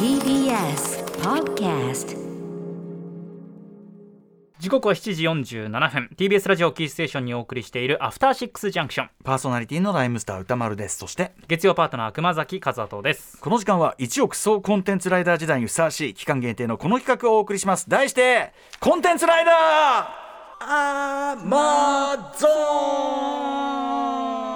TBS Podcast。 時刻は7時47分 TBS ラジオキーステーションにお送りしているアフターシックスジャンクション、 パーソナリティのライムスター歌丸です。そして月曜パートナー熊崎和人です。 この時間は一億総コンテンツライダー時代にふさわしい期間限定のこの企画をお送りします。題してコンテンツライダーアマゾン。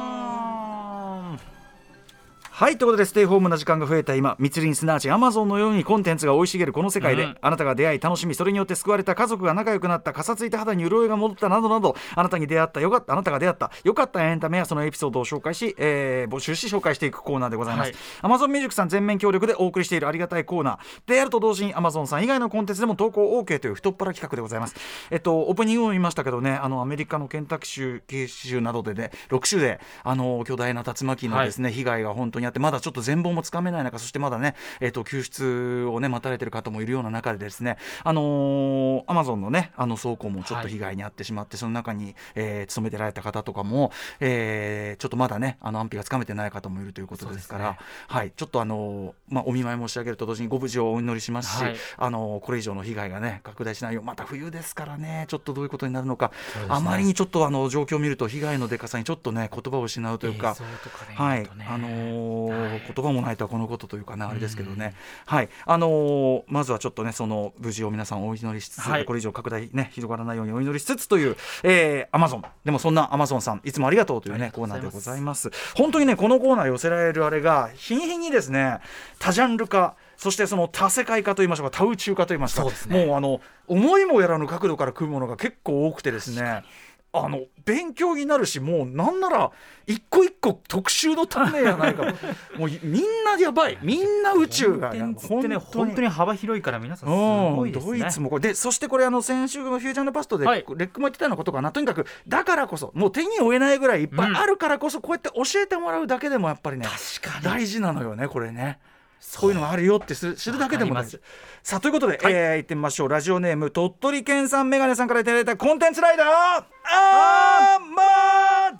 はい、ということでステイホームな時間が増えた今、密林すなわちアマゾンのようにコンテンツが生い茂るこの世界で、あなたが出会い楽しみ、それによって救われた、家族が仲良くなった、かさついた肌に潤いが戻ったなどなど、あなたが出会ったよかったエンタメやそのエピソードを紹介し、募集し紹介していくコーナーでございます。アマゾンミュージックさん全面協力でお送りしているありがたいコーナーであると同時に、アマゾンさん以外のコンテンツでも投稿 OK という太っ腹企画でございます。オープニングを見ましたけどね、アメリカのケンタッキー州などでね、6州で巨大な竜巻のですね、被害が本当にあって、まだちょっと全貌もつかめない中、そしてまだね、救出をね待たれている方もいるような中でですね、アマゾンのね倉庫もちょっと被害に遭ってしまって、その中に、勤めてられた方とかも、ちょっとまだね安否がつかめてない方もいるということですから、はい、ちょっとお見舞い申し上げると同時にご無事をお祈りしますし、これ以上の被害がね拡大しないよう、また冬ですからね、ちょっとどういうことになるのか、あまりにちょっと状況を見ると被害のでかさにちょっとね言葉を失うというか、はい、言葉もないとはこのことというかね、あれですけどね、はい、まずはちょっとねその無事を皆さんお祈りしつつ、これ以上拡大ね広がらないようにお祈りしつつという、アマゾンでもそんなアマゾンさんいつもありがとうというねコーナーでございます。本当にねこのコーナー寄せられるあれが日に日にですね多ジャンル化、そしてその多世界化といいましょうか、多宇宙化といいますか、もう思いもやらぬ角度から来るものが結構多くてですね、勉強になるし、もうなんなら一個一個特集の種やないかもうみんなやばい、みんな宇宙が本当に幅広いから皆さんすごいですね。 ドイツもこれで、そしてこれ先週のフュージョンのパストで、レックも言ってたようなことかな、とにかくだからこそもう手に負えないぐらいいっぱいあるからこそ、こうやって教えてもらうだけでもやっぱりね大事なのよね、これね。そういうのがあるよって知るだけでも大事。さあということで、行ってみましょう。ラジオネーム鳥取県産メガネさんからいただいたコンテンツライダーアマ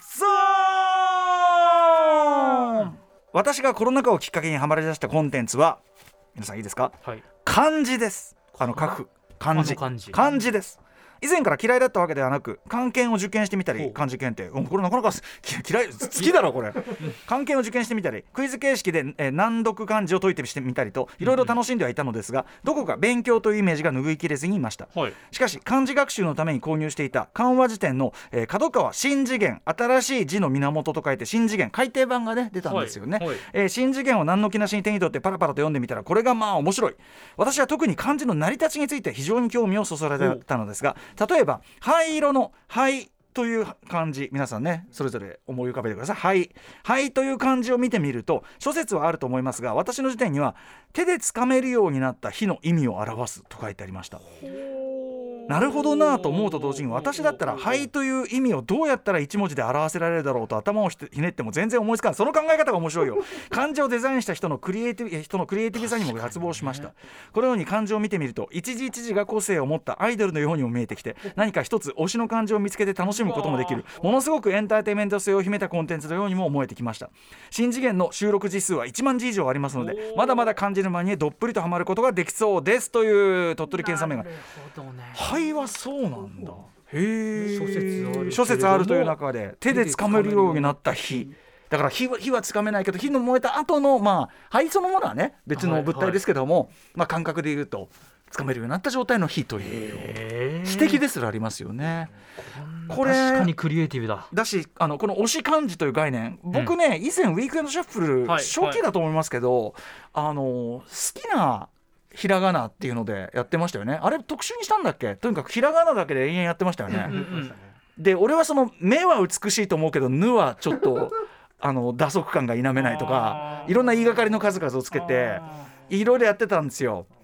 ゾン。私がコロナ禍をきっかけにハマり出したコンテンツは、皆さんいいですか、漢字です。書く漢字です。以前から嫌いだったわけではなく、漢検を受験してみたり、漢字検定、これなかなか嫌い好きだろこれ漢検を受験してみたり、クイズ形式で、難読漢字を解いてみたりといろいろ楽しんではいたのですが、どこか勉強というイメージが拭いきれずにいました。しかし漢字学習のために購入していた漢和辞典の、角川新次元、新しい字の源と書いて新次元改訂版がね出たんですよね。新次元を何の気なしに手に取ってパラパラと読んでみたら、これがまあ面白い。私は特に漢字の成り立ちについて非常に興味をそそられたのですが、例えば灰色の灰という漢字、皆さんねそれぞれ思い浮かべてください。灰という漢字を見てみると諸説はあると思いますが、私の時点には手でつかめるようになった火の意味を表すと書いてありました。なるほどなと思うと同時に、私だったら灰という意味をどうやったら一文字で表せられるだろうと頭をひねっても全然思いつかない。その考え方が面白いよ。漢字をデザインした人のクリエイティブさにも脱帽しました。このように漢字を見てみると、一字一字が個性を持ったアイドルのようにも見えてきて、何か一つ推しの漢字を見つけて楽しむこともできる、ものすごくエンターテインメント性を秘めたコンテンツのようにも思えてきました。新次元の収録字数は1万字以上ありますので、まだまだ漢字沼にどっぷりとハマることができそうですという鳥取県産メガネ。灰はそうなんだ。諸説あるという中で、手でつかめるようになった火だから、火はつかめないけど、火の燃えた後の灰そのものはね別の物体ですけども、感覚でいうとつかめるようになった状態の火という指摘ですらありますよね。これ確かにクリエイティブだし、この推し漢字という概念、僕ね、以前ウィークエンドシャッフル、初期だと思いますけど、好きなひらがなっていうのでやってましたよね。あれ特集にしたんだっけ。とにかくひらがなだけで延々やってましたよね。で俺はその目は美しいと思うけど、ぬはちょっと打足感が否めないとか、いろんな言いがかりの数々をつけていろいろやってたんですよ。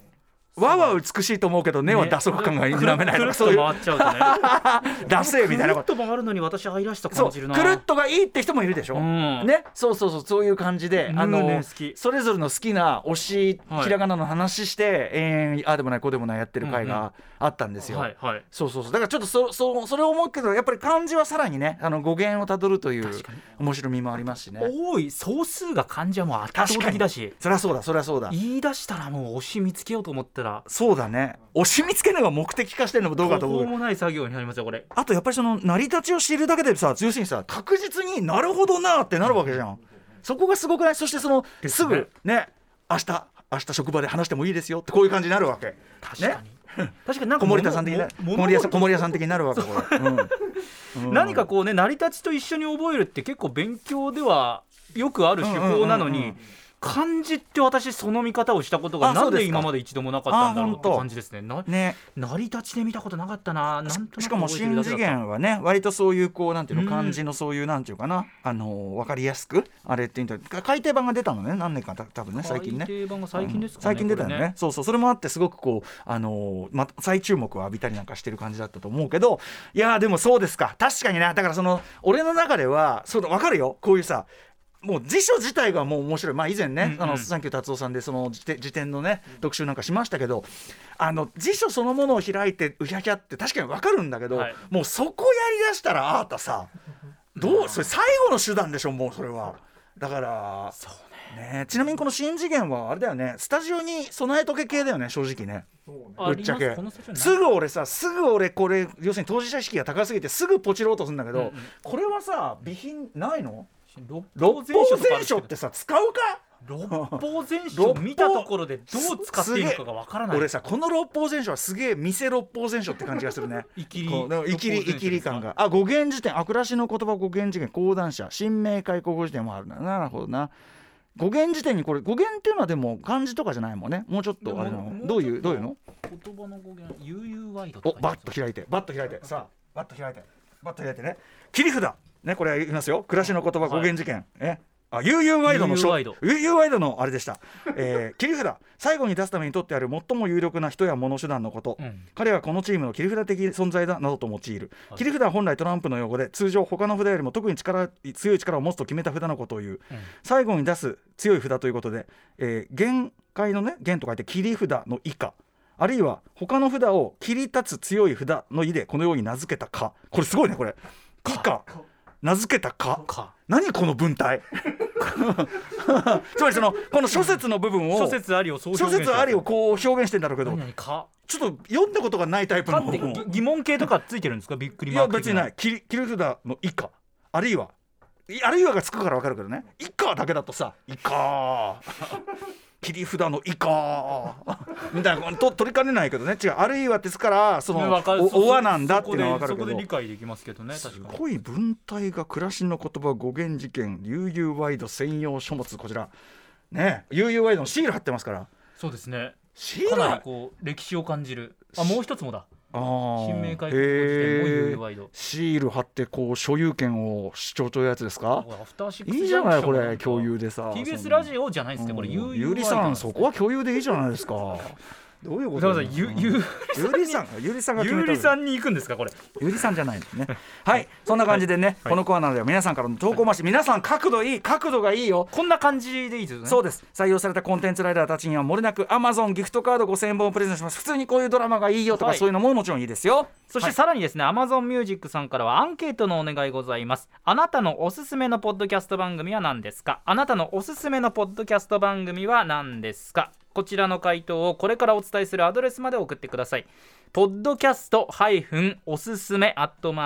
和は美しいと思うけど根は打足感が否めないとか、 そういう回っちゃうとねダセーみたいなこと。 くるっと回るのに私愛らしさ感じるな。 くるっとがいいって人もいるでしょ、ね、そういう感じでそれぞれの好きな推し、ひらがなの話してああでもないこうでもないやってる回があったんですよ、そうだからちょっとそれを思うけど、やっぱり漢字はさらにね語源をたどるという面白みもありますしね。 多い総数が漢字はもう圧倒的だし、 そりゃそうだ言い出したらもう推し見つけようと思ったら、 そうだね、推し見つけるのが目的化してるのもどうかと思う。 途方もない作業になりますよこれ。 あとやっぱりその成り立ちを知るだけでさ、要するにさ確実になるほどなってなるわけじゃん。そこがすごくない？そしてすぐね、明日職場で話してもいいですよってこういう感じになるわけ。 確かになんか小森田さん的に小森屋さん的になるわけこれ、 何かこうね成り立ちと一緒に覚えるって結構勉強ではよくある手法なのに、漢字って私その見方をしたことがなんで今まで一度もなかったんだろうって感じですね。成り立ちで見たことなかったな。 しかも新次元はね割とそういうなんていうの漢字のそういうなんていうかな分かりやすくあれって改訂版が出たのね、何年か多分ね最近ね。 改訂版が最近ですかね、 最近出たよね。そうそれもあってすごく再注目を浴びたりなんかしてる感じだったと思うけど、いやでもそうですか、確かにな。だから俺の中では分かるよ、こういうさもう辞書自体がもう面白い。以前ね、サンキュー達夫さんでその辞典のね特集なんかしましたけど、辞書そのものを開いてうひゃひゃって確かに分かるんだけど、もうそこやりだしたらあーたさそれ最後の手段でしょ、もうそれは。だからそうね。ちなみにこの新次元はあれだよね、スタジオに備えとけ系だよね正直ね。ぶっちゃけすぐ俺これ要するに当事者意識が高すぎてすぐポチろうとするんだけど、これはさ備品ないの？六法全書ってさ使うか？ 六法全書見たところでどう使っていいのかがわからない。 俺さこの六法全書はすげえ店六法全書って感じがするね。いきり感が。語源辞典、暮らしの言葉語源辞典、講談社、新明解国語辞典もあるんだな。なるほどな。語源辞典にこれ語源っていうのはでも漢字とかじゃないもんね。もうちょっとあれのどういうの？ 言葉の語源悠々ワイドとか。 バッと開いてさあバッと開いてね。切り札ね、これは言いますよ。暮らしの言葉語源辞典、悠々ワイドのあれでした、切り札、最後に出すために取ってある最も有力な人や物手段のこと、彼はこのチームの切り札的存在だなどと用いる、切り札は本来トランプの用語で通常他の札よりも特に強い力を持つと決めた札のことを言う、最後に出す強い札ということで、限界のね限と書いて切り札の以下、あるいは他の札を切り立つ強い札の意でこのように名付けたか。これすごいね、これ以下名付けたか。何この文体つまりこの諸説の部分を諸説ありをこう表現してんだろうけど、ちょっと読んだことがないタイプの疑問形とかついてるんですか？びっくりマーク。 いや別にない。切り札の以下あるいはがつくから分かるけどね、以下だけだとさ以下切り札の以下みたいな取りかねないけどね。違う、あるいはですからお和なんだっていうのは分かるけど、 そこで理解できますけどね。確かにすごい文体が暮らしの言葉語源辞典悠々ワイド専用書物、こちらね悠々ワイドのシール貼ってますから。 そうですね、 シールかなりこう歴史を感じる。もう一つもだ。新明解国語辞典も悠々ワイドシール貼ってこう所有権を主張というやつですか？ アフターシックスいいじゃないこれ、共有でさ TBS ラジオじゃないですね、これ悠々ワイド。 ゆりさんそこは共有でいいじゃないですか。どういうことだ。ゆりさんが決めた。 ゆりさんに行くんですかこれ？ ゆりさんじゃないんですね。はいそんな感じでね、このコーナーでは皆さんからの投稿まし、皆さん角度がいいよ。 こんな感じでいいですよね。 そうです。採用されたコンテンツライダーたちにはもれなく Amazon ギフトカード5000本をプレゼントします。普通にこういうドラマがいいよとか、そういうのももちろんいいですよ。 そしてさらにですね、Amazon Music さんからはアンケートのお願いございます。あなたのおすすめのポッドキャスト番組は何ですか？あなたのおすすめのポッドキャスト番組は何ですか？こちらの回答をこれからお伝えするアドレスまで送ってください。podcast- おすすめ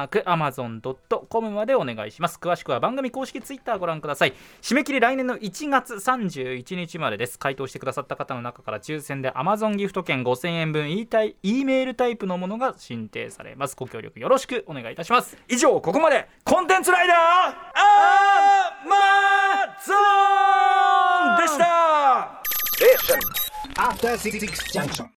@amazon.com までお願いします。詳しくは番組公式ツイッターご覧ください。締め切り来年の1月31日までです。回答してくださった方の中から抽選で Amazon ギフト券5000円分 E メールタイプのものが申請されます。ご協力よろしくお願いいたします。 以上ここまでコンテンツライダーAmazonでした。 After 66 junction.